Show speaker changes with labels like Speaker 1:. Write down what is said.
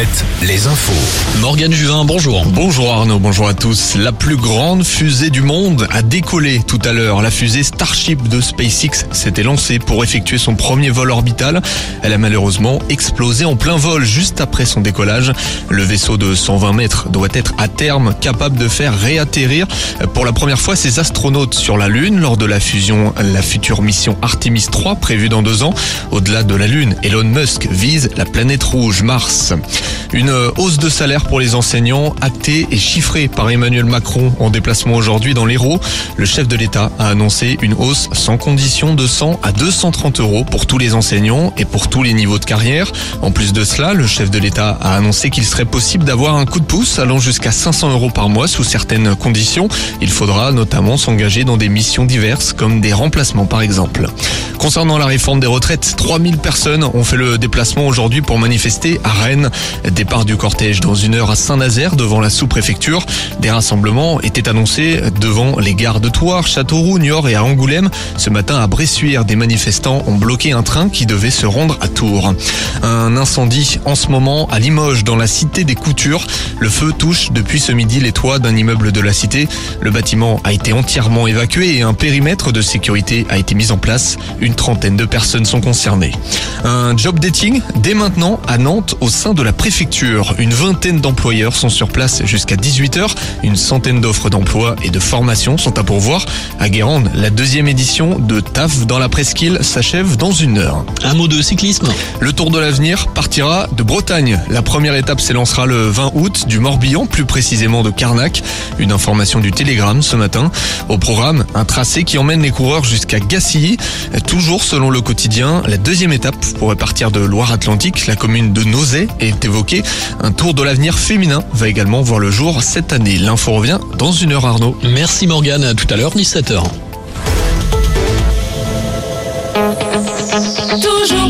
Speaker 1: 7, les infos.
Speaker 2: Morgane Juvin, bonjour.
Speaker 3: Bonjour Arnaud, bonjour à tous. La plus grande fusée du monde a décollé tout à l'heure. La fusée Starship de SpaceX s'était lancée pour effectuer son premier vol orbital. Elle a malheureusement explosé en plein vol juste après son décollage. Le vaisseau de 120 mètres doit être à terme capable de faire réatterrir pour la première fois ses astronautes sur la Lune lors de la future mission Artemis 3 prévue dans 2 ans. Au-delà de la Lune, Elon Musk vise la planète rouge, Mars. Une hausse de salaire pour les enseignants actée et chiffrée par Emmanuel Macron en déplacement aujourd'hui dans l'Hérault. Le chef de l'État a annoncé une hausse sans condition de 100 à 230 euros pour tous les enseignants et pour tous les niveaux de carrière. En plus de cela, le chef de l'État a annoncé qu'il serait possible d'avoir un coup de pouce allant jusqu'à 500 euros par mois sous certaines conditions. Il faudra notamment s'engager dans des missions diverses comme des remplacements par exemple. Concernant la réforme des retraites, 3000 personnes ont fait le déplacement aujourd'hui pour manifester à Rennes. Départ du cortège dans 1 heure à Saint-Nazaire devant la sous-préfecture. Des rassemblements étaient annoncés devant les gares de Thouars, Châteauroux, Niort et à Angoulême. Ce matin à Bressuire, des manifestants ont bloqué un train qui devait se rendre à Tours. Un incendie en ce moment à Limoges dans la cité des Coutures. Le feu touche depuis ce midi les toits d'un immeuble de la cité. Le bâtiment a été entièrement évacué et un périmètre de sécurité a été mis en place. Une trentaine de personnes sont concernées. Un job dating dès maintenant à Nantes au sein de la préfecture. Une vingtaine d'employeurs sont sur place jusqu'à 18h. Une centaine d'offres d'emploi et de formation sont à pourvoir. À Guérande, la 2e édition de TAF dans la presqu'île s'achève dans 1 heure.
Speaker 2: Un mot de cyclisme.
Speaker 3: Le Tour de l'Avenir partira de Bretagne. La première étape s'élancera le 20 août du Morbihan, plus précisément de Carnac. Une information du Télégramme ce matin. Au programme, un tracé qui emmène les coureurs jusqu'à Gacilly. Toujours selon le quotidien, la 2e étape pourrait partir de Loire-Atlantique. La commune de Nozay est évoquée. Un Tour de l'Avenir féminin va également voir le jour cette année. L'info revient dans 1 heure Arnaud.
Speaker 2: Merci Morgane, à tout à l'heure, 17h.
Speaker 4: Toujours